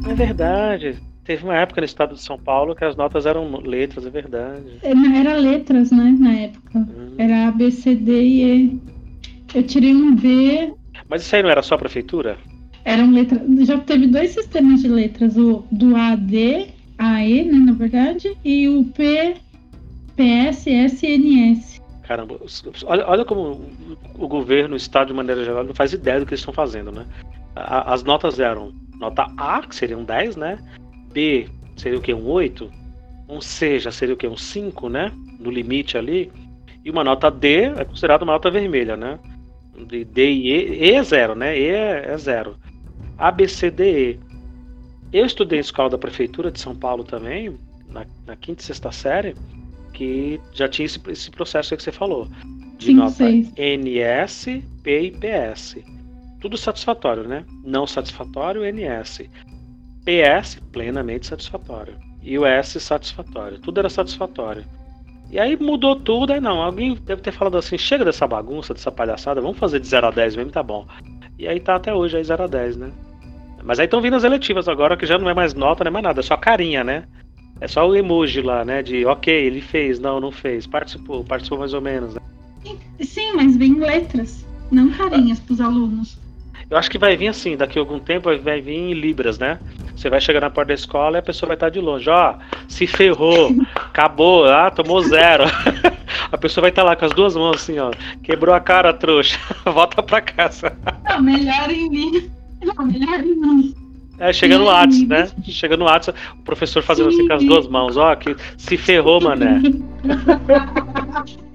É verdade. Teve uma época no estado de São Paulo que as notas eram letras, é verdade. Era letras, né, na época. Era A, B, C, D e E. Eu tirei um B. Mas isso aí não era só a prefeitura? Eram letras. Já teve dois sistemas de letras, o do A, D, A, E, né, na verdade, e o P, PS, S e NS. Caramba, olha como o governo, o estado de maneira geral, não faz ideia do que eles estão fazendo, né? As notas eram nota A, que seria um 10, né? B seria o quê? Um 8. Um C já seria o quê? Um 5, né? No limite ali. E uma nota D é considerada uma nota vermelha, né? De D e E é 0, né? E é 0. A, B, C, D, E. Eu estudei em escola da prefeitura de São Paulo também, na quinta e sexta série, que já tinha esse processo aí que você falou. De 5, nota 6. NS, P e PS. Tudo satisfatório, né? Não satisfatório, NS. PS, plenamente satisfatório. E o S, satisfatório. Tudo era satisfatório. E aí mudou tudo, aí não, alguém deve ter falado assim, chega dessa bagunça, dessa palhaçada, vamos fazer de 0 a 10 mesmo, tá bom. E aí tá até hoje aí 0 a 10, né? Mas aí estão vindo as eletivas agora, que já não é mais nota, não é mais nada, é só carinha, né? É só o emoji lá, né? De ok, ele fez, não fez, participou mais ou menos, né? Sim, mas vem letras, não carinhas pros alunos. Eu acho que vai vir assim, daqui a algum tempo vai vir em libras, né? Você vai chegar na porta da escola e a pessoa vai estar de longe, ó, se ferrou, acabou, tomou 0. A pessoa vai estar lá com as duas mãos assim, ó, quebrou a cara, trouxa, volta pra casa. Não, melhor em mim. Não, melhor em mim. Chega no WhatsApp, né? Chega no WhatsApp, o professor fazendo assim com as duas mãos, ó, que se ferrou, mané.